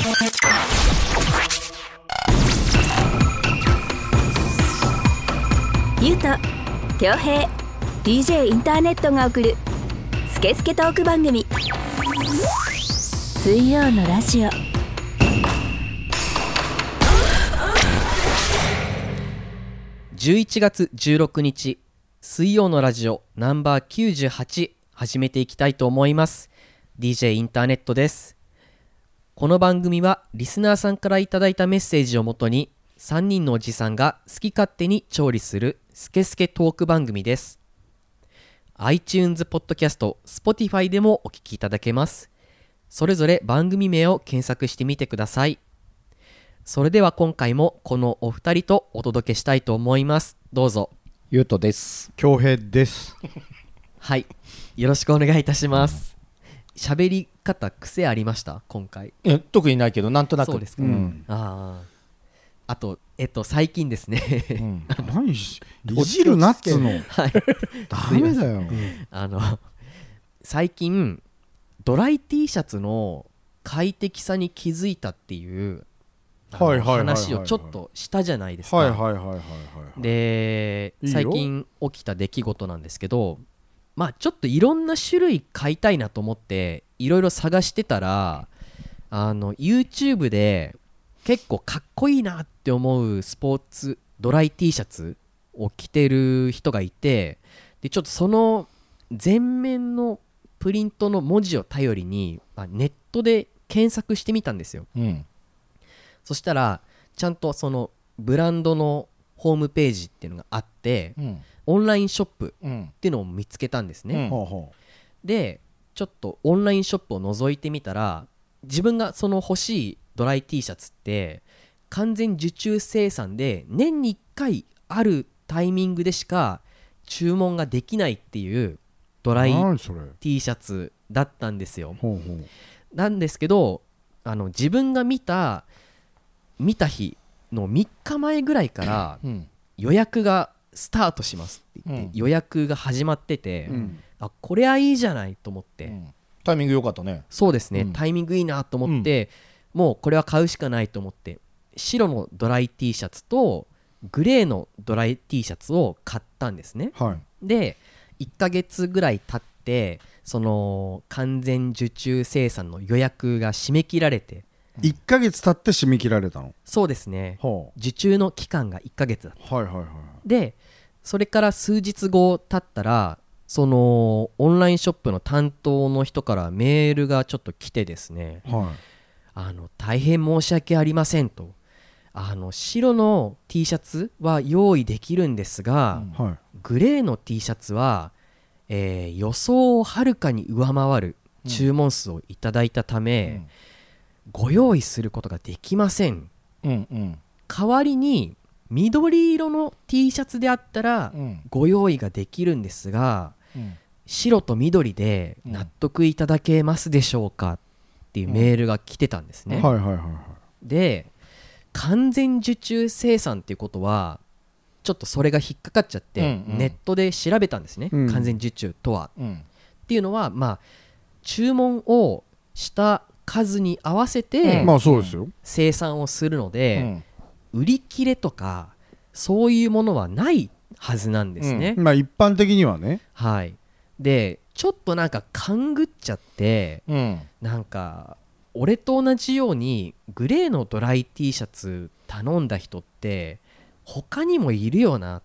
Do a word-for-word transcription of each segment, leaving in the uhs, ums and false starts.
ゆうと恭平 ディージェー インターネットが送るスケスケトーク番組、水曜のラジオ。 じゅういちがつじゅうろくにち水曜のラジオナンバーきゅうじゅうはち始めていきたいと思います。 ディージェー インターネットです。この番組はリスナーさんからいただいたメッセージをもとにさんにんのおじさんが好き勝手に調理するスケスケトーク番組です。 iTunes ポッドキャスト Spotify でもお聞きいただけます。それぞれ番組名を検索してみてください。それでは今回もこのお二人とお届けしたいと思います。どうぞ。 ゆうとです。 恭平です。 はい、よろしくお願いいたします。喋、うん、り方癖ありました今回？ え特にないけどなんとなく。 そうですか、 うん、 ああとえっと最近ですね、うん、 何しいじるなっつの、はい、ダメだよ、うん、 あの最近ドライ T シャツの快適さに気づいたっていう話をちょっとしたじゃないですか。で最近起きた出来事なんですけど、まあちょっといろんな種類買いたいなと思っていろいろ探してたら、あの YouTube で結構かっこいいなって思うスポーツドライ T シャツを着てる人がいて、でちょっとその前面のプリントの文字を頼りにネットで検索してみたんですよ、うん、そしたらちゃんとそのブランドのホームページっていうのがあって、うん、オンラインショップっていうのを見つけたんですね、うん、でちょっとオンラインショップを覗いてみたら、自分がその欲しいドライ T シャツって完全受注生産で年にいっかいあるタイミングでしか注文ができないっていうドライ T シャツだったんですよ。ほうほう。なんですけど、あの自分が見た見た日のみっかまえぐらいから予約がスタートしますって言って、うん、予約が始まってて、うん、あこれはいいじゃないと思って、うん、 タイミング良かったね。 そうですね、うん、タイミングいいなと思って、うん、もうこれは買うしかないと思って白のドライ T シャツとグレーのドライ T シャツを買ったんですね、はい、でいっかげつぐらい経ってその完全受注生産の予約が締め切られて、 いっかげつ経って締め切られたの？ そうですね、受注の期間がいっかげつだった、はいはいはい、でそれから数日後経ったらそのオンラインショップの担当の人からメールがちょっと来てですね、はい、あの大変申し訳ありませんと、あの白の T シャツは用意できるんですが、うんはい、グレーの T シャツは、えー、予想をはるかに上回る注文数をいただいたため、うん、ご用意することができません、うんうん、代わりに緑色の T シャツであったらご用意ができるんですが、うん、白と緑で納得いただけますでしょうかっていうメールが来てたんですね、うんはいはいはいはい、で完全受注生産っていうことはちょっとそれが引っかかっちゃって、うんうん、ネットで調べたんですね、うん、完全受注とは、うん、っていうのはまあ注文をした数に合わせて、うんまあ、そうですよ生産をするので、うん、売り切れとかそういうものはないはずなんですね、 うん、まあ一般的にはね、 はい、でちょっとなんか勘ぐっちゃって、うん、なんか俺と同じようにグレーのドライ T シャツ頼んだ人って他にもいるよなって、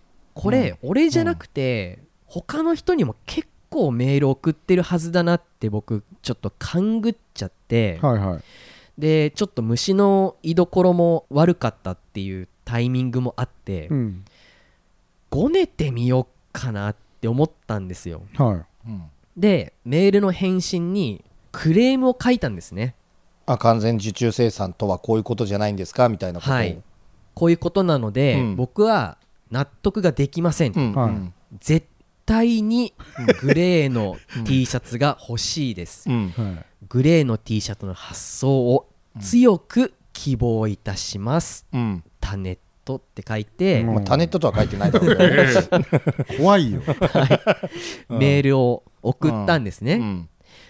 これ俺じゃなくて他の人にも結構メール送ってるはずだなって僕ちょっと勘ぐっちゃって、はいはい、でちょっと虫の居所も悪かったっていうタイミングもあって、うん、ごねてみようかなって思ったんですよ、はいうん、でメールの返信にクレームを書いたんですね。 あ完全受注生産とはこういうことじゃないんですかみたいなことを、はい、 こういうことなので、うん、僕は納得ができません、うんはい、絶対にグレーの T シャツが欲しいです、うんはい、グレーの T シャツの発送を強く希望いたします、うん、タネットって書いて、 まあ、タネットとは書いてないだろうね怖いよ、 はい、メールを送ったんですね、うんうん、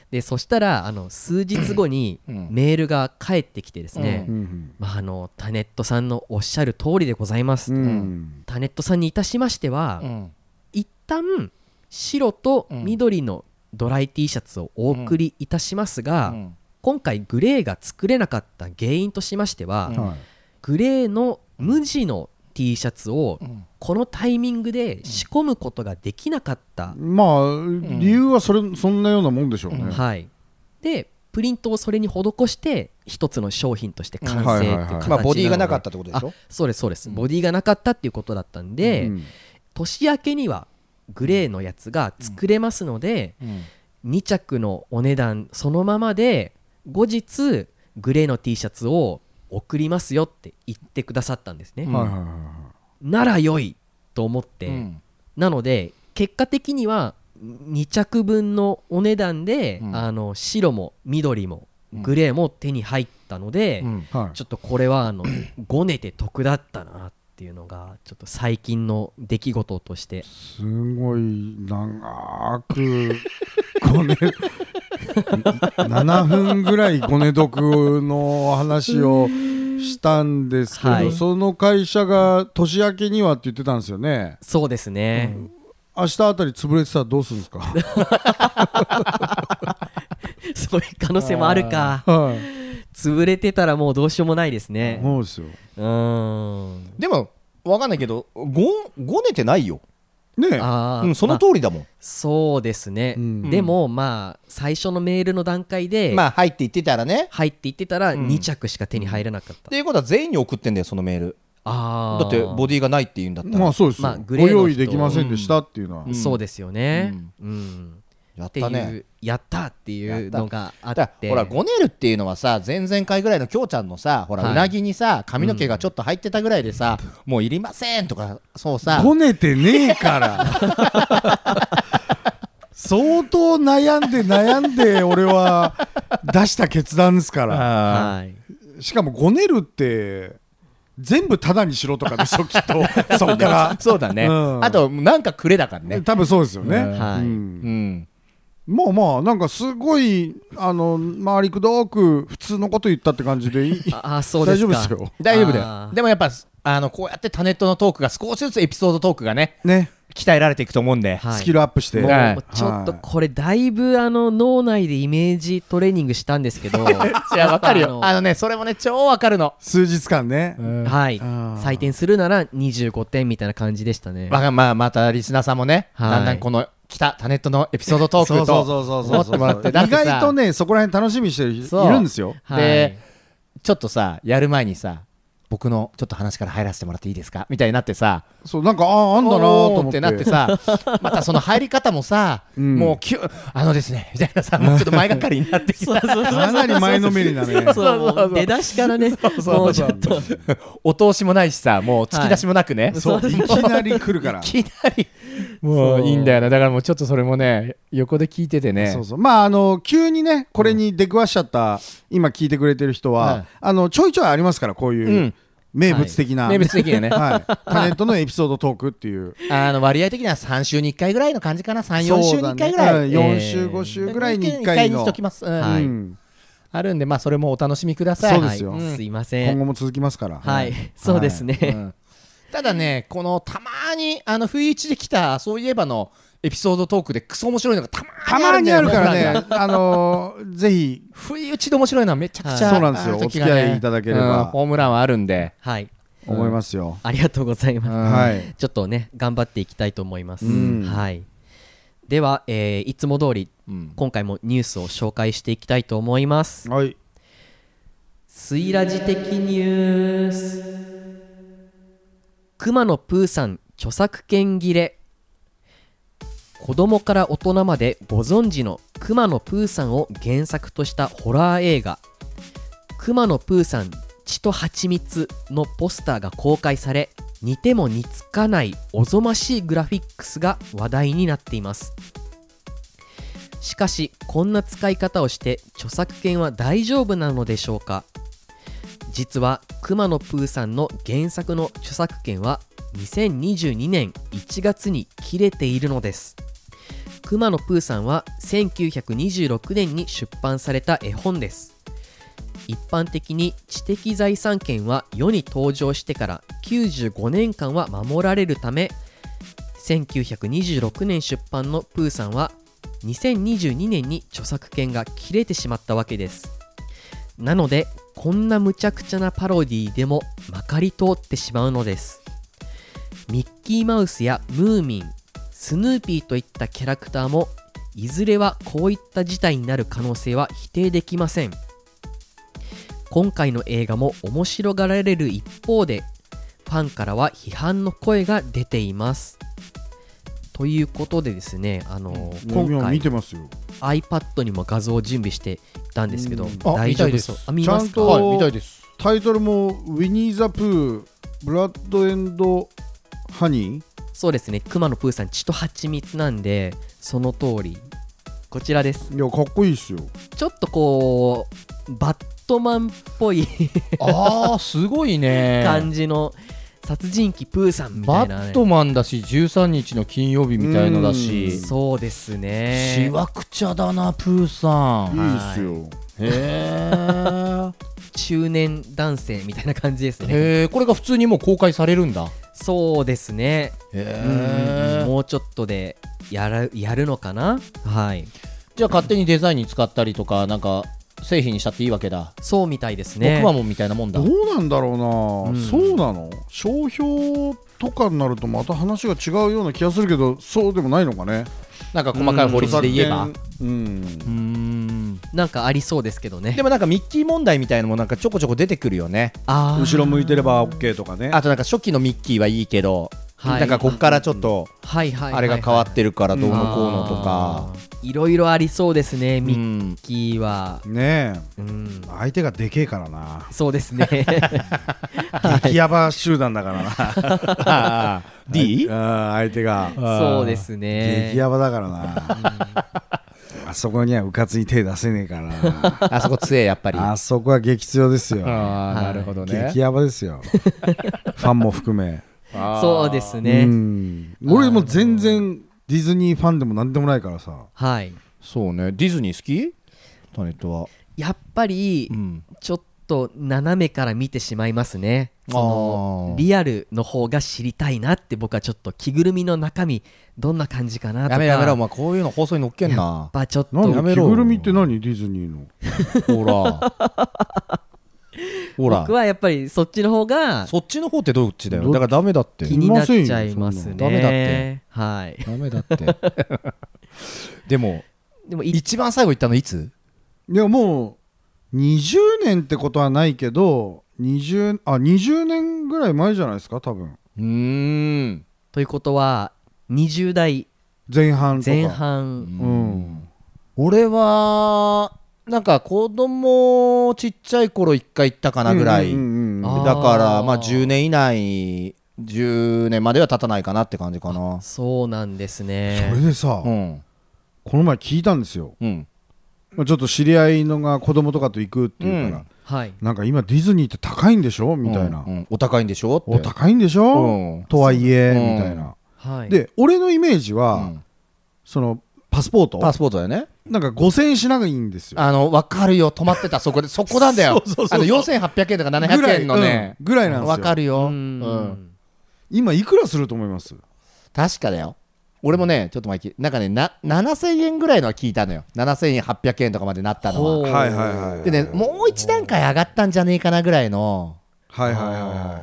でそしたらあの数日後にメールが返ってきてですね、 うんうんまあ、あのタネットさんのおっしゃる通りでございます、 うん、 タネットさんにいたしましては、うん、一旦白と緑のドライ T シャツをお送りいたしますが、うんうん、今回グレーが作れなかった原因としましては、うん、グレーの無地の T シャツをこのタイミングで仕込むことができなかった、 うん、まあ理由はそれそんなようなもんでしょうね、うんはい、でプリントをそれに施して一つの商品として完成っていう形なので、 まあボディがなかったってことでしょ。 そうですそうです、うん、ボディがなかったっていうことだったんで、うん、年明けにはグレーのやつが作れますので、うん、に着のお値段そのままで後日グレーの T シャツを送りますよって言ってくださったんですね、うん、なら良いと思って、うん、なので結果的にはに着分のお値段で、うん、あの白も緑もグレーも手に入ったので、うんはい、ちょっとこれはあのごねて得だったなっていうのがちょっと最近の出来事としてすごい長くごねななふんぐらいごね得の話をしたんですけど、はい、その会社が年明けにはって言ってたんですよね。 そうですね、うん、 明日あたり潰れてたらどうするんですかそういう可能性もあるか、はい、潰れてたらもうどうしようもないですね。 そうですよ。 うーんでも分かんないけど ご, ごねてないよねえ、あ、うん、その通りだもん、まあ、 そうですね、うん、でもまあ最初のメールの段階でまあ入っていってたらね入っていってたらに着しか手に入らなかった、うん、 っていうことは全員に送ってんだよそのメール。あだってボディがないって言うんだったらまあそうですよ、まあ、グレーの人ご用意できませんでしたっていうのは、 うん、そうですよね、うんうん、 やったねやったっていうのがあってほらゴネルっていうのはさ前々回ぐらいのきょうちゃんのさほら、はい、うなぎにさ髪の毛がちょっと入ってたぐらいでさ、うん、もういりませんとかそうさごねてねえから相当悩んで悩んで俺は出した決断ですから、はい、しかもごねるって全部タダにしろとかでしょきっとそっからそうだね、うん、あとなんかくれだからね多分そうですよね、 うんはいうんうんまあまあなんかすごいあの回りくどく普通のこと言ったって感じでいいあそうですか大丈夫ですよ大丈夫だよ。でもやっぱあのこうやってタネットのトークが少しずつエピソードトークがねね鍛えられていくと思うんで、 はい、スキルアップしてもう、はい、ちょっとこれだいぶあの脳内でイメージトレーニングしたんですけどいや分かるよあのねそれもね超分かるの数日間ね、 うん、はい採点するならにじゅうごてんみたいな感じでしたね。 まあ、まあ、またリスナーさんもね、はい、だんだんこの来たタネットのエピソードトークと思ってもらって意外とねそこら辺楽しみにしてる人いるんですよ。 で、はい、ちょっとさやる前にさ僕のちょっと話から入らせてもらっていいですかみたいになってさそうなんかああんだなと思ってってなってさまたその入り方もさ、うん、もうキュあのですねみたいなさもうちょっと前がかりになってきたかなり前のめりなねそうそうそう出だしからねもうちょっとお通しもないしさもう突き出しもなくね、はい、 そういきなり来るからいきなりもういいんだよな。だからもうちょっとそれもね横で聞いててねそうそうまああの急にねこれに出くわしちゃった、うん、今聞いてくれてる人は、はい、あのちょいちょいありますからこういう、うん名物的な、 はい、名物的なね、 はい、タネットのエピソードトークっていうあの割合的にはさん週にいっかいぐらいの感じかな さん,よ 週にいっかいぐらい、 ね、よん週ご週ぐらいにいっかいのいっかいにしときます、うんはい、あるんでまあそれもお楽しみください。 そうですよ、 はいうん、すいません今後も続きますからはい、はい、そうですね、はいうん、 ただねこのたまにあの不意打ちできたそういえばのエピソードトークでクソ面白いのがたまにあるんだよ。 たまにあるからねあのー、ぜひ不意打ちで面白いのはめちゃくちゃ、 はい、そうなんですよ、ね、お付き合いいただければ、うん、 ホームランはあるんではい思いますよ、 うん、ありがとうございます、 はい、 ちょっとね頑張っていきたいと思います、うんはい、では、えー、いつも通り、うん、今回もニュースを紹介していきたいと思います。 はいスイラジ的ニュースくまのプーさん著作権切れ子供から大人までご存知のくまのプーさんを原作としたホラー映画くまのプーさん血と蜂蜜のポスターが公開され似ても似つかないおぞましいグラフィックスが話題になっています。しかしこんな使い方をして著作権は大丈夫なのでしょうか。実はくまのプーさんの原作の著作権はにせんにじゅうにねんいちがつに切れているのです。 くまのプーさんはせんきゅうひゃくにじゅうろくねんに出版された絵本です。一般的に知的財産権は世に登場してからきゅうじゅうごねんかんは守られるため、せんきゅうひゃくにじゅうろくねん出版のプーさんはにせんにじゅうにねんに著作権が切れてしまったわけです。なのでこんな無茶苦茶なパロディでもまかり通ってしまうのです。ミッキーマウスやムーミン、スヌーピーといったキャラクターもいずれはこういった事態になる可能性は否定できません。今回の映画も面白がられる一方で、ファンからは批判の声が出ています。ということでですね、あのー、今回見てますよ。 iPad にも画像を準備していたんですけど、 うん大丈夫そう？あ、見ますか？ ちゃんと、 はい、見たいです。 タイトルもウィニー・ザ・プー、ブラッド・エンド・ハニー。 そうですね、くまのプーさん血と蜂蜜なんで、その通りこちらです。 いやかっこいいっすよ。 ちょっとこうバットマンっぽいあーすごいね感じの殺人鬼プーさんみたいな、ね、 バットマンだしじゅうさんにちの金曜日みたいのだし、 そうですね、 しわくちゃだなプーさん。 いいっすよ。 へー中年男性みたいな感じですね。 へーこれが普通にもう公開されるんだ。 そうですね。 へーもうちょっとでやる、やるのかな。はい。 じゃあ勝手にデザインに使ったりとかなんか製品にしたっていいわけだ。 そうみたいですね。 くまモンみたいなもんだ。 どうなんだろうな、 うん、 そうなの？商標とかになるとまた話が違うような気がするけど、そうでもないのかね。 なんか細かい法律で言えば、 うん、うん、 なんかありそうですけどね。 でもなんかミッキー問題みたいなのもなんかちょこちょこ出てくるよね。 あ後ろ向いてれば OK とかね。 あとなんか初期のミッキーはいいけど、はい、なんかこっからちょっとあれが変わってるからどうのこうのとか、 いろいろありそうですね、ミッキーは。 ねえ、 うん、 相手がでけえからな。 そうですね激ヤバ集団だからな D？ あ相手がそうですね、 激ヤバだからなあそこにはうかつに手出せねえからなあそこ強えやっぱり。 あそこは激強ですよ。 あ、なるほどね。 激ヤバですよファンも含め。 そうですね。 うん俺も全然ディズニーファンでもなんでもないからさ。 はい。 そうね。ディズニー好き？タネットはやっぱり、うん、ちょっと斜めから見てしまいますね。そのリアルの方が知りたいなって。僕はちょっと着ぐるみの中身どんな感じかなとか。 やめろやめろ、お前こういうの放送に乗っけんな。 やっぱちょっと何着ぐるみって何？ディズニーのほらほら僕はやっぱりそっちの方が。 そっちの方ってどっちだよ。だからダメだって。 気になっちゃいますね。 ダメだって。 はいダメだってでもでも一番最後言ったのいつ？ いやもうにじゅうねんってことはないけどにじゅうあにじゅうねんぐらい前じゃないですか多分。 うーんということはにじゅう代前半とか前半。 うん、 俺はなんか子供ちっちゃい頃一回行ったかなぐらい、うんうんうん、だからまあじゅうねん以内じゅうねんまでは経たないかなって感じかな。 そうなんですね。 それでさ、うん、この前聞いたんですよ、うんまあ、ちょっと知り合いのが子供とかと行くっていうから、うんはい、なんか今ディズニーって高いんでしょみたいな、 うんうん、お高いんでしょってお高いんでしょ、うん、とはいえ、うん、みたいな、はい、で俺のイメージは、うん、そのパスポートパスポートだよね。 なんかごせんえんしながいいんですよ。 あの分かるよ、止まってたそこでそこなんだよそうそうそうそう、あのよんせんはっぴゃくえんとかななひゃくえんのねぐらい、うん、ぐらいなんですよ。 分かるよ、うんうん、 今いくらすると思います？ 確かだよ。俺もねちょっと前なんかねなななせんえんぐらいのは聞いたのよ。ななせんはっぴゃくえんとかまでなったのは。 はいはいはい、はい、 でねもう一段階上がったんじゃねえかなぐらいの。 はいはいはいはい。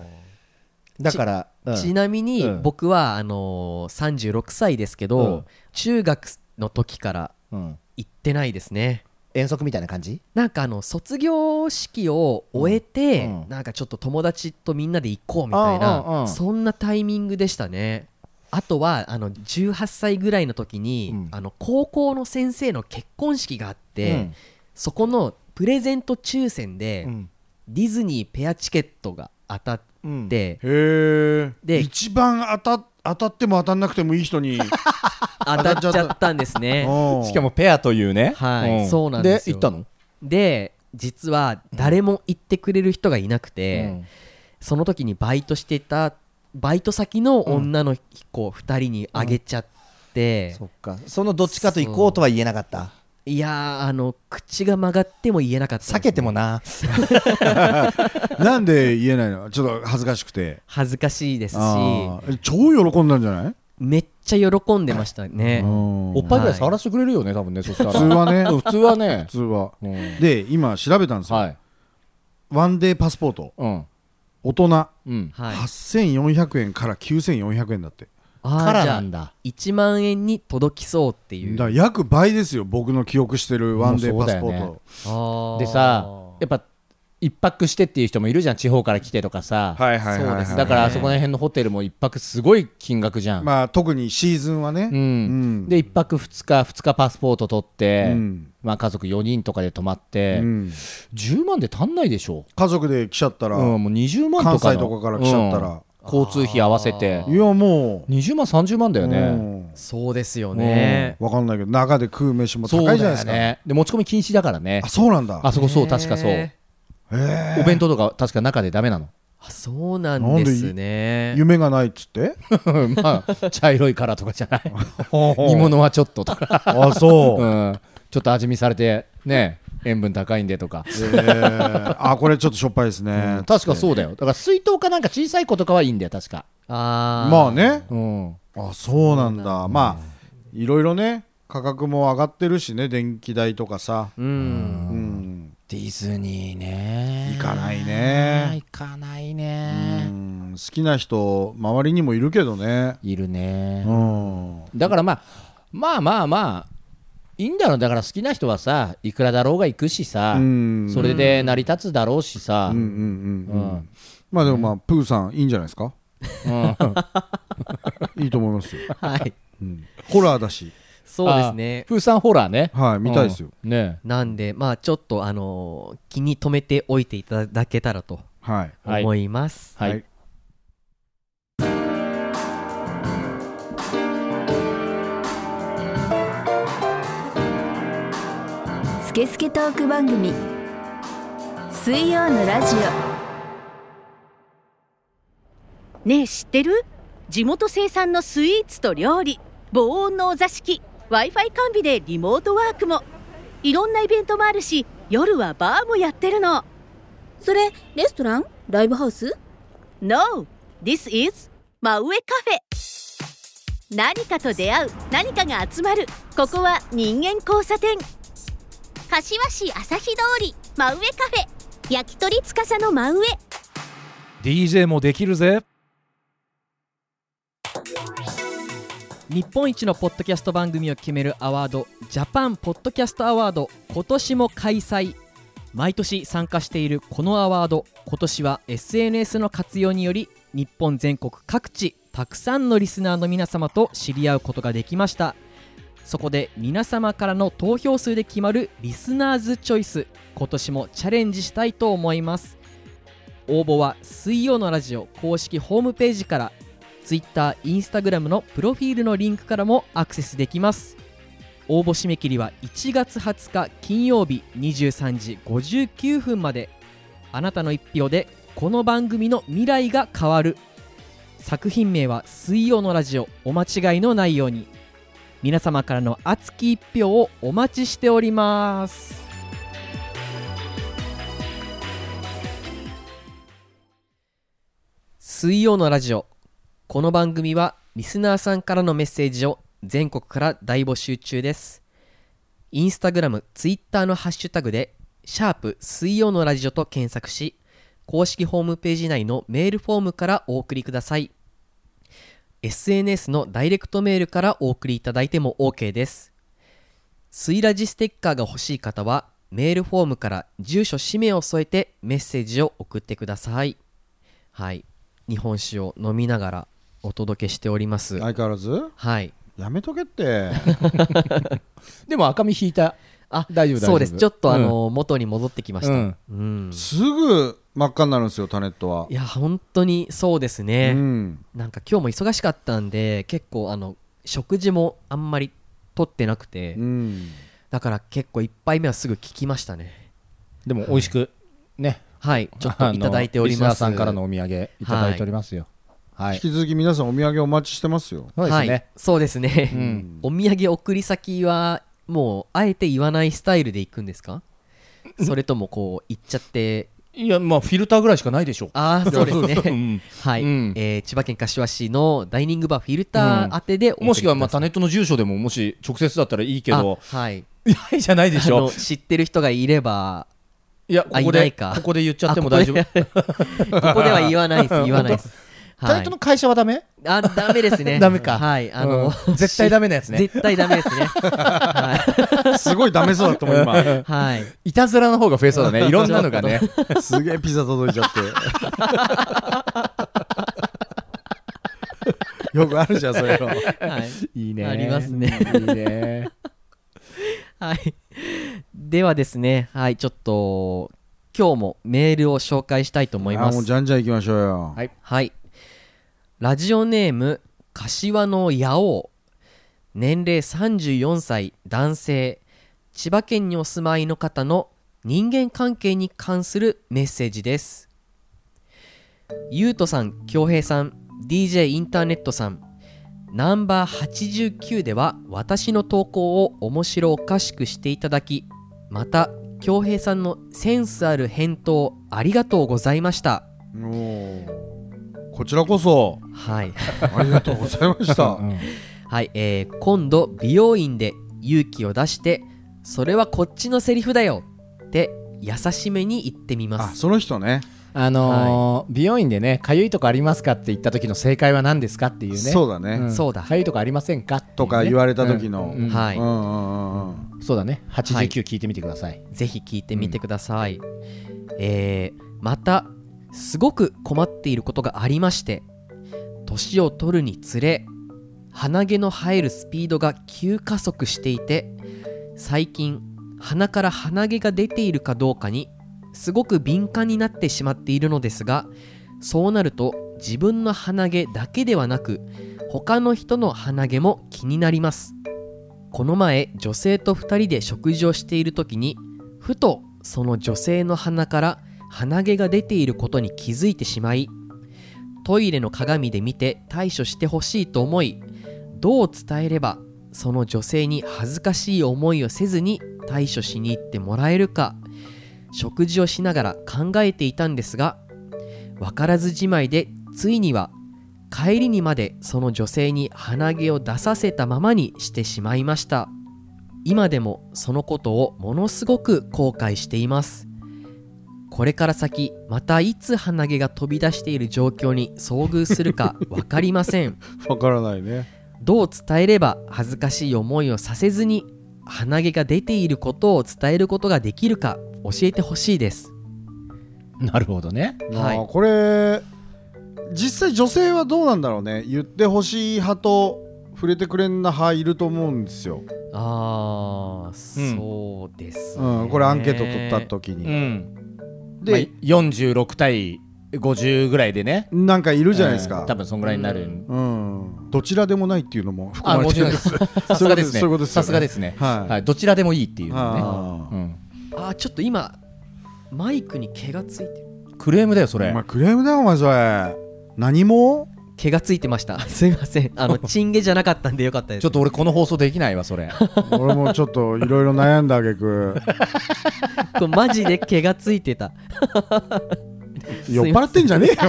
だからち、うん、ちなみに僕はあのー、さんじゅうろくさいですけど、うん、中学の時から行ってないですね、 うん、遠足みたいな感じ。 なんかあの卒業式を終えて、うんうん、なんかちょっと友達とみんなで行こうみたいな、うんうん、そんなタイミングでしたね。あとはあのじゅうはっさいぐらいの時に、うん、あの高校の先生の結婚式があって、うん、そこのプレゼント抽選で、うん、ディズニーペアチケットが当たって、うん、へーで一番当た当たっても当たんなくてもいい人に当たっちゃったんですねしかもペアというね。 はい、うん、そうなんですよ。 で行ったの？ で実は誰も行ってくれる人がいなくて、うん、その時にバイトしてたバイト先の女の子ふたりにあげちゃって、 て、 そっか、そのどっちかと行こうとは言えなかった。 いやあの口が曲がっても言えなかったです、ね、 避けてもななんで言えないの？ちょっと恥ずかしくて。 恥ずかしいですし、 超喜んだんじゃない？ めっちゃ喜んでましたね。 おっぱいぐらい触らせてくれるよね、はい、多分ね。そしたら普通はね普通はね普通は、うん、で今調べたんですよ、はい、ワンデーパスポート、うん、大人、うん、はっせんよんひゃくえんからきゅうせんよんひゃくえんだって。 からなんだ。いちまんえんに届きそうっていう。 だから約倍ですよ、僕の記憶してるワンデーパスポート、ね、 あでさ、やっぱ一泊してっていう人もいるじゃん、地方から来てとかさ。 はいはいはい、はい、そうですね。 だからあそこら辺のホテルも一泊すごい金額じゃん。 まあ特にシーズンはね、うんうん、 で一泊二日二日パスポート取って、うん、まあ家族よにんとかで泊まって、うん、じゅうまんで足んないでしょ。 家族で来ちゃったら、 うん、もうにじゅうまんとかの関西とかから来ちゃったら、うん、 交通費合わせて、 いやもうにじゅうまんさんじゅうまんだよね、うん、 そうですよね、 うん、分かんないけど中で食う飯も高いじゃないですか。 ね、で持ち込み禁止だからね。 あ、そうなんだ。 あそこそう、確かそう。お弁当とか確か中でダメなの。 あ、そうなんですね。 夢がないっつってまあ茶色いからとかじゃない煮物はちょっととかあ、そう、うん、 ちょっと味見されてね、塩分高いんでとか、えー、あ、これちょっとしょっぱいですね、 うん、確かそうだよ。だから水筒かなんか小さい子とかはいいんだよ確か。 あ、 まあね、 うん、 あ、そうなんだ。まあいろいろね、価格も上がってるしね、電気代とかさ、うん、うん、 ディズニーね、 行かないね。 行かないね。 うん、好きな人周りにもいるけどね。 いるね、 うん、 だからまあまあまあまあいいんだろう。だから好きな人はさ、いくらだろうが行くしさ、うん、それで成り立つだろうしさ、うんうんうんうん、 まあでもまあ、ね、プーさんいいんじゃないですか、うん、いいと思いますよ、 はい、 うん、ホラーだし。 そうですね、 プーさんホラーね、 はい、見たいですよ、 うん、ね、 なんでまあちょっとあのー、気に留めておいていただけたらと思います。 はい、はいはい。 スケスケトーク番組、水曜のラジオ。 ねえ知ってる？地元生産のスイーツと料理、防音のお座敷、 Wi-Fi 完備でリモートワークも、いろんなイベントもあるし、夜はバーもやってるの。 それレストラン？ライブハウス？ No! This is 真上カフェ。何かと出会う、何かが集まる、ここは人間交差点。柏市朝日通り真上カフェ、焼き鳥つかさの真上。 ディージェー もできるぜ。 日本一のポッドキャスト番組を決めるアワード、ジャパンポッドキャストアワード、今年も開催。毎年参加しているこのアワード、今年は エスエヌエス の活用により日本全国各地、たくさんのリスナーの皆様と知り合うことができました。そこで皆様からの投票数で決まるリスナーズチョイス、今年もチャレンジしたいと思います。応募は水曜のラジオ公式ホームページから、Twitter、Instagram のプロフィールのリンクからもアクセスできます。応募締め切りはいちがつはつか金曜日にじゅうさんじごじゅうきゅうふんまで。あなたの一票でこの番組の未来が変わる。作品名は水曜のラジオ、お間違いのないように。皆様からの熱き一票をお待ちしております。水曜のラジオ、この番組はリスナーさんからのメッセージを全国から大募集中です。インスタグラム、ツイッターのハッシュタグでシャープ水曜のラジオと検索し、公式ホームページ内のメールフォームからお送りください。エスエヌエス のダイレクトメールからお送りいただいても OK です。水ラジステッカーが欲しい方はメールフォームから住所氏名を添えてメッセージを送ってください。はい、日本酒を飲みながらお届けしております。 相変わらず？ はい。 やめとけってでも赤身引いた。 あ、 大丈夫大丈夫。 そうです。ちょっとあの、うん、元に戻ってきました、うんうん、すぐ真っ赤になるんですよ、タネットは。 いや本当にそうですね、うん、なんか今日も忙しかったんで結構あの食事もあんまりとってなくて、うん、だから結構一杯目はすぐ効きましたね。 でも美味しくね、 はい、ちょっといただいております。 リスナーさんからのお土産いただいておりますよ、 はい、 引き続き皆さんお土産お待ちしてますよ。 そうですね、 はい、そうですね、 うん、 お土産送り先はもうあえて言わないスタイルで行くんですか？それともこう行っちゃって。 いやまあフィルターぐらいしかないでしょ。 ああそうですねうん、 はい、うん、えー、千葉県柏市のダイニングバーフィルター宛てで、 うん、もしくはまあタネットの住所でももし直接だったらいいけど、 はいいじゃないでしょ。 知ってる人がいれば、 いやここでここで言っちゃっても大丈夫。 ここでは言わないです言わないです。 タネットの会社はダメ？ あ、ダメですね。 ダメか。 はい、あの、 うん、絶対ダメなやつね。 絶対ダメですね。はい、 すごいダメそうだったもん今。 はい。 いたずらの方が増えそうだね。いろんなのがね。 すげえピザ届いちゃって。よくあるじゃんそれは。 はい。 いいね。 ありますね。 いいね。 はい。ではですね、はい、ちょっと今日もメールを紹介したいと思います。 あ、もうじゃんじゃん行きましょうよ。 はい。はい。ラジオネーム柏の八王、年齢さんじゅうよんさい男性、千葉県にお住まいの方の人間関係に関するメッセージです。ゆうとさん、恭平さん、 ディージェー インターネットさん、ナンバーはちじゅうきゅうでは私の投稿を面白おかしくしていただき、また恭平さんのセンスある返答ありがとうございました。 おー、こちらこそ、 はい、 ありがとうございました、うん、 はい、えー、今度美容院で勇気を出してそれはこっちのセリフだよって優しめに言ってみます。 あ、その人ね、 あのーはい、美容院でね、かゆいとこありますかって言った時の正解は何ですかっていうね。 そうだね、 うん、そうだ、 かゆいとこありませんか、ね、 とか言われた時の、 うんうん、 はい、 うんうんうん、そうだね、はちじゅうきゅう聞いてみてください、 はい、ぜひ聞いてみてください、うん、えー、またすごく困っていることがありまして、年を取るにつれ鼻毛の生えるスピードが急加速していて、最近鼻から鼻毛が出ているかどうかにすごく敏感になってしまっているのですが、そうなると自分の鼻毛だけではなく他の人の鼻毛も気になります。この前女性とふたりで食事をしている時に、ふとその女性の鼻から鼻毛が出ていることに気づいてしまい、トイレの鏡で見て対処してほしいと思い、どう伝えればその女性に恥ずかしい思いをせずに対処しに行ってもらえるか、食事をしながら考えていたんですが、わからずじまいでついには帰りにまでその女性に鼻毛を出させたままにしてしまいました。今でもそのことをものすごく後悔しています。これから先またいつ鼻毛が飛び出している状況に遭遇するか分かりません。 わからないね。 どう伝えれば恥ずかしい思いをさせずに鼻毛が出ていることを伝えることができるか教えてほしいです。 なるほどね。 はい、 あ、これ実際女性はどうなんだろうね。言ってほしい派と触れてくれんな派いると思うんですよ。 あー、うん、そうですね、 うん、これアンケート取った時に、うん、 で、まあ、よんじゅうろくたいごじゅうぐらいでね、 なんかいるじゃないですか、 うん、多分そんぐらいになる、 うんうん、どちらでもないっていうのも含まれてるんです。 さすがですね、 そういうことですよね。 さすがですね、はいはい、どちらでもいいっていうのね。 あ、うん、あ、ちょっと今マイクに毛がついてる。 クレームだよそれ。 お前クレームだよお前それ。何も毛がついてました。すいません、あのチンゲじゃなかったんでよかったです。 ちょっと俺この放送できないわそれ。 俺もちょっといろいろ悩んだあげくこれマジで毛がついてた。 酔っ払ってんじゃねえよ。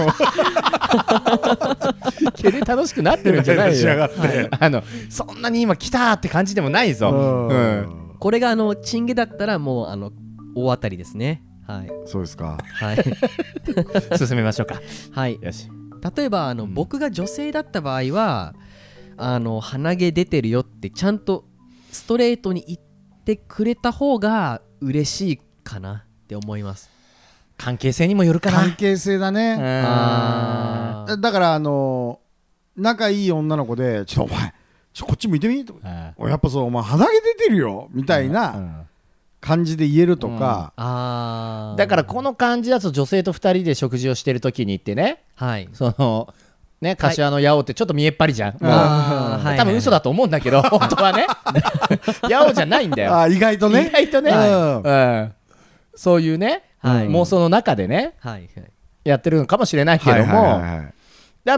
毛で楽しくなってるんじゃないよ。はい、あのそんなに今来たって感じでもないぞ。うんうん、 これがあのチンゲだったらもうあの大当たりですね。はい、 そうですか。 はい。 進めましょうか。 はい。 よし。 例えばあの、うん、僕が女性だった場合はあの鼻毛出てるよってちゃんとストレートに言ってくれた方が嬉しいかなって思います。 関係性にもよるかな。 関係性だね。 あー、だからあの仲いい女の子でちょっとお前ちょこっち向いてみと、やっぱそうお前鼻毛出てるよみたいな感じで言えるとか、 うん、あ、 だからこの感じだと女性とふたりで食事をしてる時に行ってね、 はい、 そのね、柏の八尾ってちょっと見えっ張りじゃん、もう、 あ、 多分嘘だと思うんだけど、はいはいはい、本当はね八尾じゃないんだよ。 あ、意外とね、 意外とね、うんうん、そういうね、はい、妄想の中でね、はいはい、やってるのかもしれないけども、はいはいはいはい、多分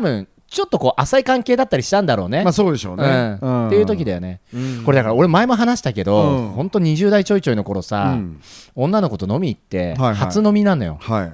ちょっとこう浅い関係だったりしたんだろうね。 まあそうでしょうね、 うん、っていう時だよね、 うん、 これだから俺前も話したけど、 うん、 ほんとにじゅう代ちょいちょいの頃さ、うん、女の子と飲み行って、はいはい、初飲みなのよ、 はい、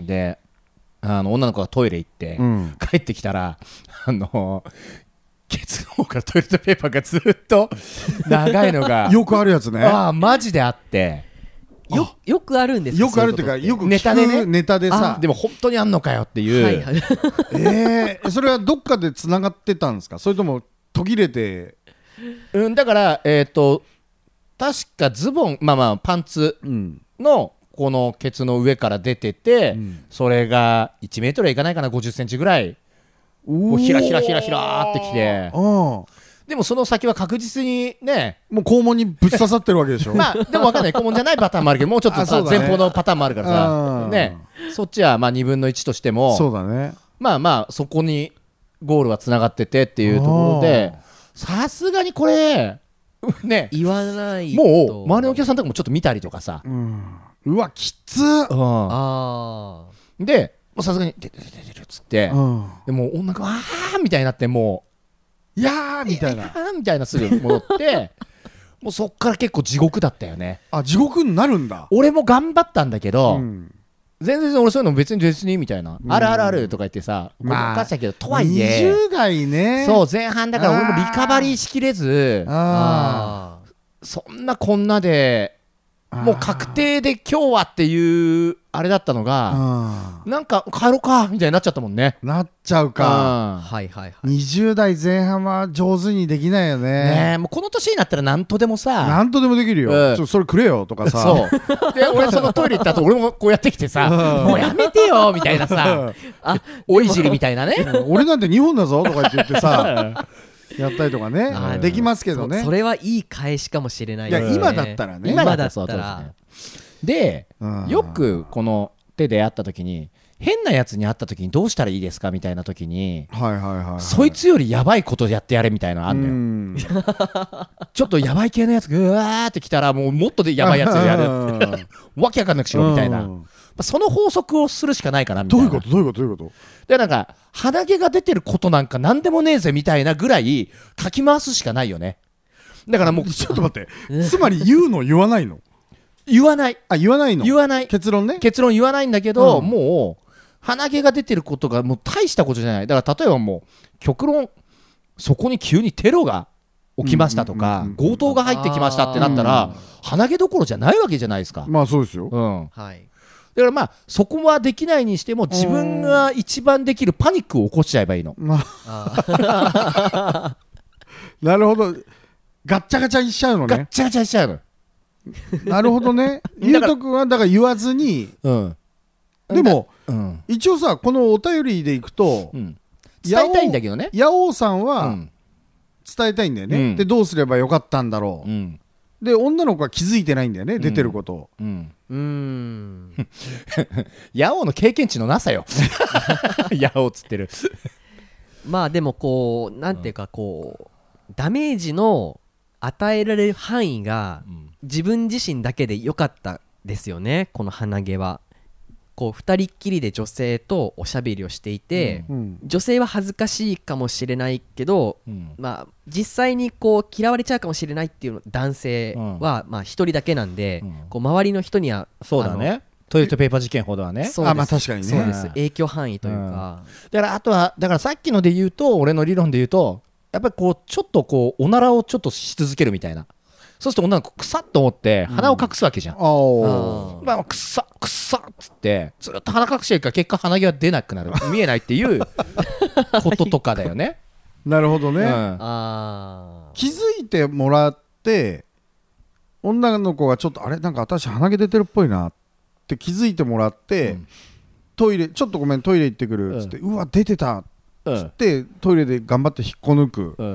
であの女の子がトイレ行って、うん、帰ってきたらあのケツの方からトイレットペーパーがずっと長いのがよくあるやつね。 ああマジであってよ, よくあるんですか。 よくあるっていうかよくネタでねネタでさでも本当にあんのかよっていう、はいはい、 えー、それはどっかでつながってたんですか、それとも途切れて、 うん、だからえっ、ー、と確かズボンまあまあパンツのこのケツの上から出てて、うん、それがいちメートルはいかないかなごじゅっセンチぐらいこうひらひらひらひらってきて、でもその先は確実にねもう肛門にぶっ刺さってるわけでしょまあでも分かんない肛門じゃないパターンもあるけどもうちょっとさ、ね、前方のパターンもあるからさねそっちはまあにぶんのいちとしてもそうだねまあまあそこにゴールはつながっててっていうところでさすがにこれね言わないともう周りのお客さんとかもちょっと見たりとかさ、 うん、うわきつっ、 うん、あでさすがに出て出て出るっつって、うん、でもう女があーみたいになってもういやーみたいなーみたいなすぐ戻ってもうそっから結構地獄だったよね。 あ地獄になるんだ。 俺も頑張ったんだけど、うん、全然俺そういうの別に別にみたいな、うん、あるあるあるとか言ってさごまかしたけど、とはいえにじゅう代ねそう前半だから俺もリカバリーしきれずあそんなこんなでもう確定で今日はっていうあれだったのがなんか帰ろうかみたいになっちゃったもんね。 なっちゃうか、 はいはいはい、 にじゅう代前半は上手にできないよ ね, ねもうこの年になったら何とでもさ何とでもできるよ、うん、ちょそれくれよとかさそうで俺そのトイレ行った後俺もこうやってきてさもうやめてよみたいなさあおいじりみたいなね俺なんてにほんだぞとか言ってさやったりとかねできますけどねそ, それはいい返しかもしれないよね。 いや今だったらね今だったらで、うん、よくこの手で会った時に変なやつに会った時にどうしたらいいですかみたいな時に、はいはいはいはい、そいつよりやばいことやってやれみたいなのあんだよちょっとやばい系のやつぐわーってきたらもうもっとでやばいやつやるわけわかんなくしろみたいなその法則をするしかないかなみたいな。 どういうことどういうことどういうことでなんか鼻毛が出てることなんか何でもねえぜみたいなぐらいかき回すしかないよね。だからもうちょっと待ってつまり言うの言わないの言わないあ言わないの言わない結論ね結論言わないんだけど、うん、もう鼻毛が出てることがもう大したことじゃない。だから例えばもう極論そこに急にテロが起きましたとか、うんうんうん、強盗が入ってきましたってなったら鼻毛どころじゃないわけじゃないですか。 まあそうですよ、 うんはい、だからまあそこはできないにしても自分が一番できるパニックを起こしちゃえばいいの、まあ、なるほどガッチャガチャにしちゃうのね。 ガッチャガチャにしちゃうのなるほどねゆうとくんはだから言わずに、うん、でも、うん、一応さこのお便りでいくと、うん、 伝えたいんだけどねヤオウさんは伝えたいんだよね、うん、でどうすればよかったんだろう、うん、で女の子は気づいてないんだよね、うん、出てることを、うん、うーんヤオウの経験値のなさよヤオウつってるまあでもこうなんていうかこう、うん、ダメージの与えられる範囲が自分自身だけで良かったですよね。この鼻毛はこうふたりっきりで女性とおしゃべりをしていて、うん、女性は恥ずかしいかもしれないけど、うん、まあ、実際にこう嫌われちゃうかもしれないっていう男性はまあ一人だけなんで、うん、こう周りの人にはそうだねトイレットペーパー事件ほどはねあ、まあ確かにねそうです影響範囲というか、 だからあとはだからさっきので言うと俺の理論で言うとやっぱりこうちょっとこうおならをちょっとし続けるみたいな。そうすると女の子くさっと思って鼻を隠すわけじゃん、うん、まあくさくさっつってずっと鼻隠してるから結果鼻毛は出なくなる見えないっていうこととかだよねなるほどね、うん、あ気づいてもらって女の子がちょっとあれなんか私鼻毛出てるっぽいなって気づいてもらって、うん、トイレちょっとごめんトイレ行ってくるっつって、うん、うわ出てたっつって、うん、トイレで頑張って引っこ抜く、うん、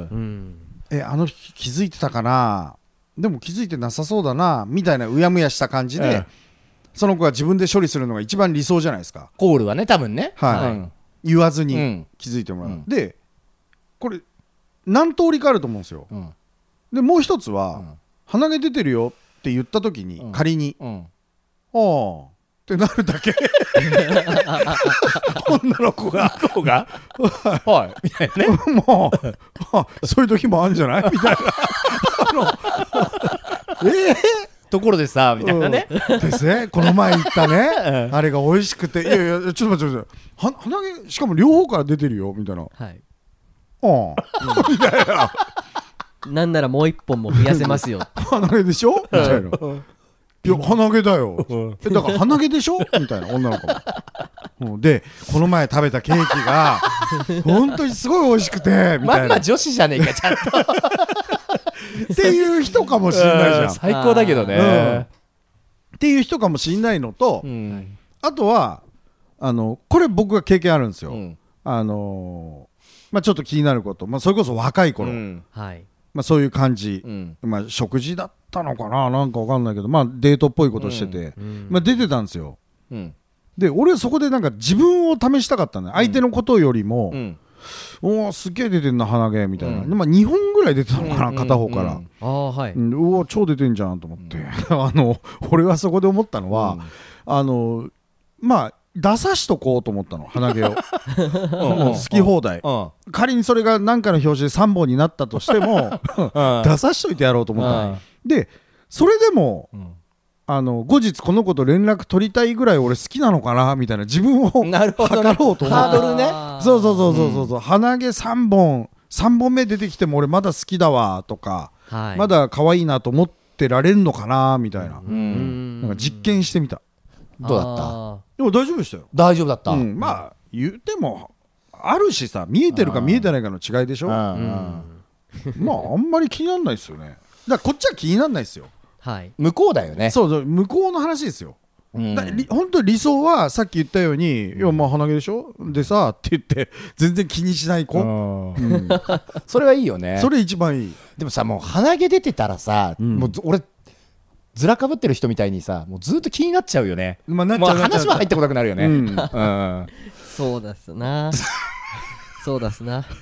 えあの人気づいてたかなでも気づいてなさそうだなみたいなうやむやした感じで、うん、その子が自分で処理するのが一番理想じゃないですか。 コールはね多分ね、 はいうん、言わずに気づいてもらう、うん、でこれ何通りかあると思うんですよ、うん、でもう一つは、うん、鼻毛出てるよって言った時に、うん、仮に、うん、ああってなるだけ女の子が子がはいみたいなねもうあそういう時もあるんじゃないみたいなあのえーところでさみたいなね、 うん、ですねこの前言ったねあれが美味しくていやいやちょっと待ってちょっと待っては鼻毛しかも両方から出てるよみたいな、 はい、 ああみたいななんならもう一本も増やせますよ鼻毛でしょみたいないや鼻毛だよ、うん、だから鼻毛でしょみたいな女の子も、うん、でこの前食べたケーキが本当にすごい美味しくてみたいなまんま女子じゃねえかちゃんとっていう人かもしれないじゃん最高だけどね、うん、 っていう人かもしれないのと、うん、あとはあのこれ僕が経験あるんですよ、うん、あのまあ、ちょっと気になること、まあ、それこそ若い頃、うんはいまあ、そういう感じ、うんまあ、食事だったのかななんか分かんないけど、まあ、デートっぽいことしてて、うんまあ、出てたんですよ、うん、で俺はそこでなんか自分を試したかったんだ、相手のことよりも、うん、おーすげえ出てんな鼻毛みたいな、うんまあ、にほんぐらい出てたのかな、うん、片方から、うん、あはい、うん、うわ超出てんじゃんと思って、うん、あの俺はそこで思ったのは、うん、あのまあ出さしとこうと思ったの鼻毛をもう好き放題仮にそれが何かの表紙でさんぼんになったとしても出さしといてやろうと思ったのでそれでも、うん、あの後日この子と連絡取りたいぐらい俺好きなのかなみたいな自分を測ろうと思ってハードルねそうそうそうそうそうそう、うん、鼻毛さんぼんさんぼんめ出てきても俺まだ好きだわとか、はい、まだ可愛いなと思ってられるのかなみたいな、うん、なんか実験してみた。 どうだった？ でも大丈夫でしたよ。 大丈夫だった、うん、 まあ言ってもあるしさ見えてるか見えてないかの違いでしょ、うん、まああんまり気にならないですよね。だからこっちは気にならないですよ、 はい、向こうだよね。 そうそう向こうの話ですよ、うん、だ本当に理想はさっき言ったように、うん、いやまあ鼻毛でしょでさって言って全然気にしない子、うんうん、 それはいいよね。 それ一番いい。 でもさもう鼻毛出てたらさ、うん、もう俺ずらかぶってる人みたいにさもうずっと気になっちゃうよね、まあ、なっちゃうもう話は入ってこなくなるよね、うんうん、 そうだすなそうだす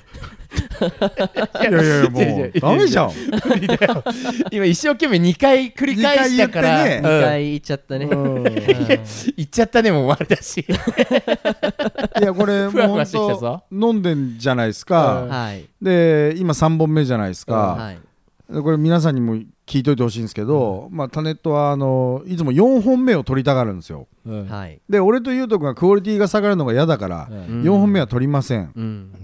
ないやいやいやもうダメじゃん今一生懸命にかい繰り返したからにかい言っちゃったね、うん、 言っちゃったねもう終わりだしいやこれもう本当飲んでんじゃないですか、うん、で今さんぼんめじゃないですか、うんはい、これ皆さんにも聞いといてほしいんですけど、うんまあ、タネットはあのいつもよんほんめを取りたがるんですよ、うん、で俺とゆうとくんがクオリティが下がるのが嫌だから、うん、よんほんめは取りません、うん、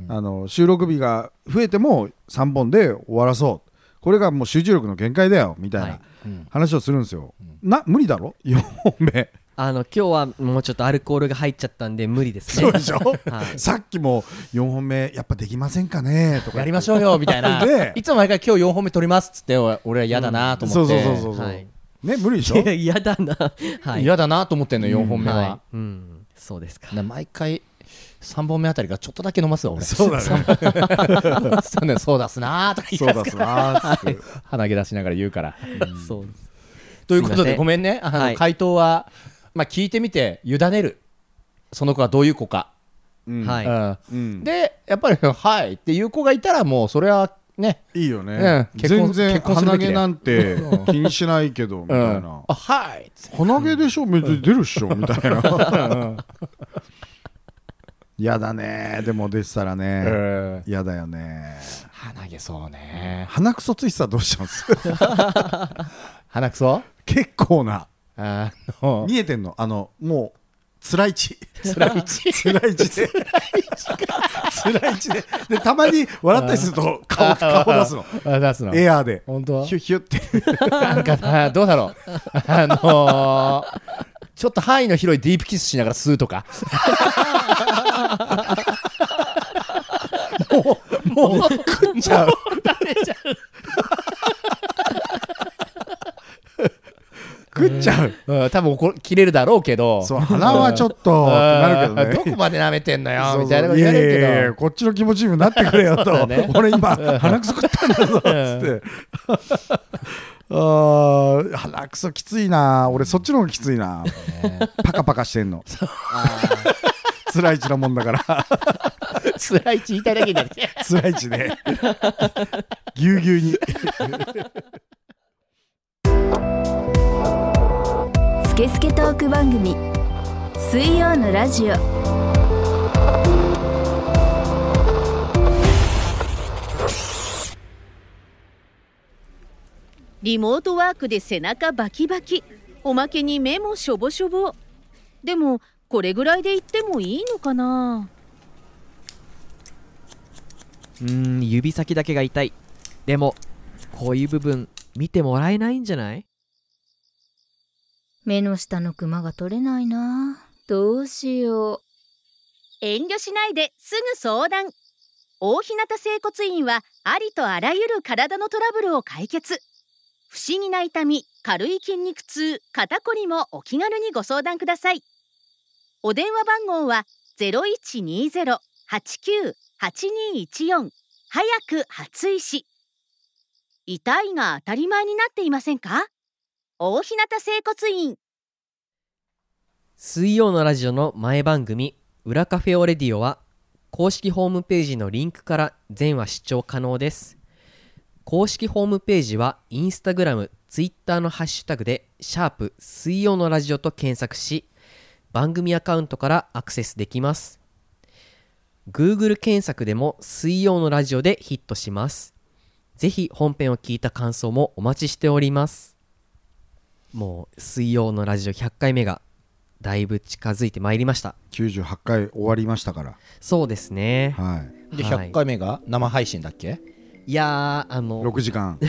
あの収録日が増えてもさんぼんで終わらそう、これがもう集中力の限界だよみたいな話をするんですよ、うん、な無理だろよんほんめあの今日はもうちょっとアルコールが入っちゃったんで無理ですね。 そうでしょ、はい、さっきもよんほんめやっぱできませんかねとかやりましょうよみたいないつも毎回今日よんほんめ取りますっつって俺は嫌だなと思って、うん、そうそうそうそう、はい、 ね無理でしょ嫌だな、はい、 嫌だなと思ってんのよんほんめは、うんはいうん、そうですか。 毎回さんぼんめあたりがちょっとだけ飲ますわ俺。 そうだねそうねそうだすなーとか言いますから鼻毛出しながら言うから、うん、そうです。ということでごめんねあの、はい、回答はまあ、聞いてみて委ねる、その子はどういう子か、うんはいうん、でやっぱりはいっていう子がいたらもうそれはねいいよね、うん、全然鼻毛なんて気にしないけどみたいな、うん、あはい鼻毛でしょ別に出るっしょみたいなやだねでも出てたらねやだよね鼻毛そうね鼻くそついてたらどうしちゃうんですか鼻くそ結構なあの見えてんのあのもうつらいちつらいちつらいちでつらいちででたまに笑ったりすると顔顔出すの出すのエアーで本当ヒュッヒュッってなんかなどうだろうあのー、ちょっと範囲の広いディープキスしながら吸うとかもうもう食っちゃう食べちゃう食っちゃう、 うん、多分こ切れるだろうけどそう鼻はちょっとなるけどねどこまで舐めてんのよみたいなこと言われるけどいやいやいやこっちの気持ちにもなってくれよと、ね、俺今鼻くそ食ったんだぞっつってあ鼻くそきついな俺そっちの方がきついな、ね、パカパカしてんのつらいちなもんだからつらいち言いたいだけだねつらいちねぎゅうぎゅうにスケスケトーク番組水曜のラジオ。 リモートワークで背中バキバキ、おまけに目もしょぼしょぼ。でもこれぐらいで言ってもいいのかな。 うーん、指先だけが痛い。でもこういう部分見てもらえないんじゃない？ 目の下のクマが取れないな。どうしよう。 遠慮しないですぐ相談。大日向整骨院はありとあらゆる体のトラブルを解決。不思議な痛み、軽い筋肉痛、肩こりもお気軽にご相談ください。お電話番号は ゼロいちにゼロ はちきゅう はちにいちよん。早く初医師。痛いが当たり前になっていませんか？大日向整骨院。 水曜のラジオの前番組裏カフェオレディオは公式ホームページのリンクから全話視聴可能です。公式ホームページはインスタグラム、ツイッターのハッシュタグでシャープ水曜のラジオと検索し、番組アカウントからアクセスできます。Google 検索でも水曜のラジオでヒットします。ぜひ本編を聞いた感想もお待ちしております。もう水曜のラジオひゃっかいめがだいぶ近づいてまいりました。 きゅうじゅうはちかい終わりましたから。 そうですね。 はい。でひゃっかいめが生配信だっけ？ いやー、あのろくじかん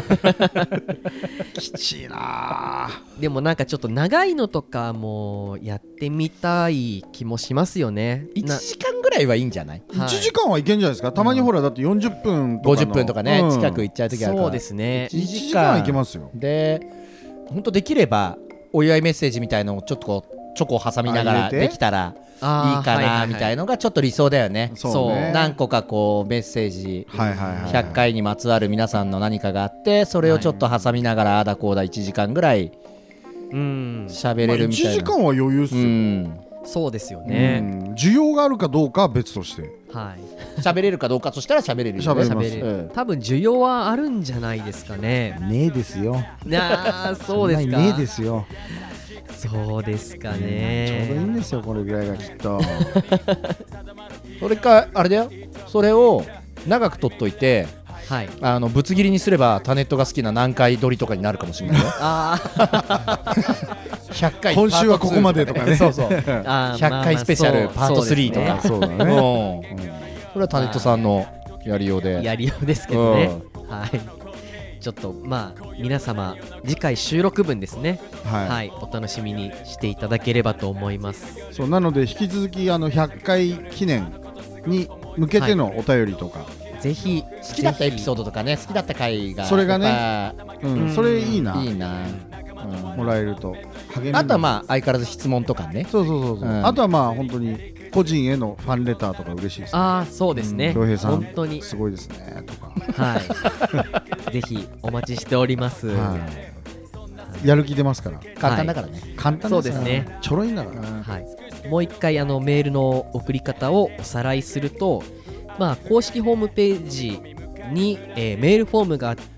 きちいな。 でもなんかちょっと長いのとかもやってみたい気もしますよね。 いちじかんぐらいはいいんじゃない？ いちじかんはいけんじゃないですか。たまにほらだってよんじゅっぷんとかのごじゅっぷんとかね、 うん、 近く行っちゃう時あるから。 そうですね。 いちじかんはいけますよ。 で本当できればお祝いメッセージみたいのをちょっとこうチョコを挟みながらできたらいいかなみたいのがちょっと理想だよね。 そうね。 何個かこうメッセージはいはいはいひゃっかいにまつわる皆さんの何かがあって、それをちょっと挟みながらあだこうだいちじかんぐらい喋れるみたいな。 いちじかんは余裕っすよ。 うんそうですよね。 需要があるかどうかは別として、 はい、 喋れるかどうかとしたら喋れるよね。 喋れます。 喋れる、うん、多分需要はあるんじゃないですかね。 ねえですよ。 あーそうですか。 ねえですよ。 そうですかね。 ちょうどいいんですよこれぐらいがきっと。 それかあれだよ、それを長く取っといて、はい、あのぶつ切りにすればタネットが好きな南海撮りとかになるかもしれないよ。あひゃっかい今週はここまでとかね。 そうそうひゃっかいスペシャルパートスリーとか。 そうだね。うん、 それはタネットさんのやりようでやりようですけどね、うん、はい。ちょっとまあ皆様次回収録分ですね、はい、はい、お楽しみにしていただければと思います。 そうなので引き続きあのひゃっかい記念に向けてのお便りとか、はい、 ぜひ好きだったエピソードとかね、好きだった回がそれがね、うん、それいいな、 いいな、 うん、もらえると励み。 あとはまあ相変わらず質問とかね。 そうそうそうそう、うん、あとはまあ本当に個人へのファンレターとか嬉しいですね。 ああそうですね。 恭平さん本当にすごいですねとか。 はいぜひお待ちしております。はい、 やる気出ますから。 簡単だからね。 はい、簡単そうですね。 ちょろいんだから。 はい。もう一回あのメールの送り方をおさらいすると、まあ公式ホームページに、えー、メールフォームがあって、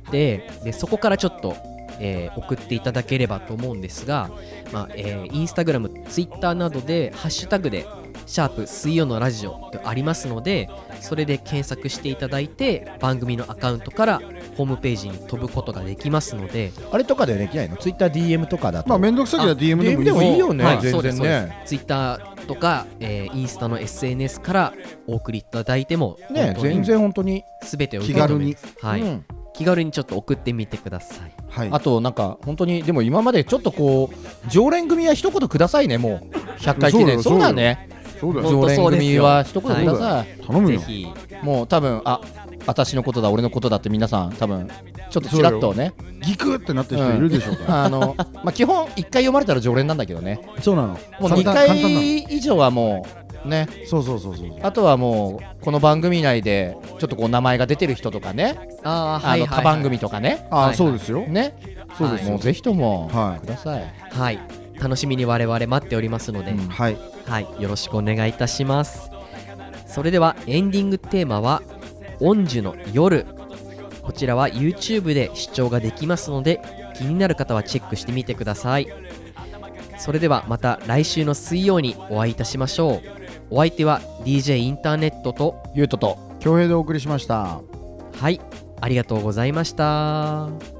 でそこからちょっと、えー、送っていただければと思うんですが、まあえー、インスタグラム、ツイッターなどでハッシュタグでシャープ水曜のラジオとありますので、それで検索していただいて番組のアカウントからホームページに飛ぶことができますので。 あれとかでできないの？ツイッター ディーエム とかだと。 まあめんどくさいけど ディーエム でもいいでもいいよね、 はい、 全然ね。 ツイッターとか、えー、インスタの エスエヌエス からお送りいただいてもね、全然本当に全てを気軽に、 はい、うん、気軽にちょっと送ってみてください。 はい、あとなんか本当にでも今までちょっとこう常連組は一言くださいね。もうひゃっかい記念。そうだね。 そうだよ。 常連組は一言ください。 頼むよ。 ぜひ。 もう多分あ私のことだ俺のことだって皆さん多分ちょっとちらっとねギクってなってる人いるでしょうから、 うん、あのまあ基本いっかい読まれたら常連なんだけどね。 そうなの。 もうにかい以上はもうね。 そうそうそうそう。 あとはもうこの番組内でちょっとこう名前が出てる人とかね、ああの他番組とかね、 ああそうですよね。そうです。もうぜひともください。 はい、楽しみに我々待っておりますので、うん、 はい、 はい、よろしくお願いいたします。それではエンディングテーマはオンジュの夜。こちらは YouTube で視聴ができますので気になる方はチェックしてみてください。そそれではまた来週の水曜にお会いいたしましょう。お相手は ディージェー インターネットとゆうとと恭平でお送りしました。 はい、ありがとうございました。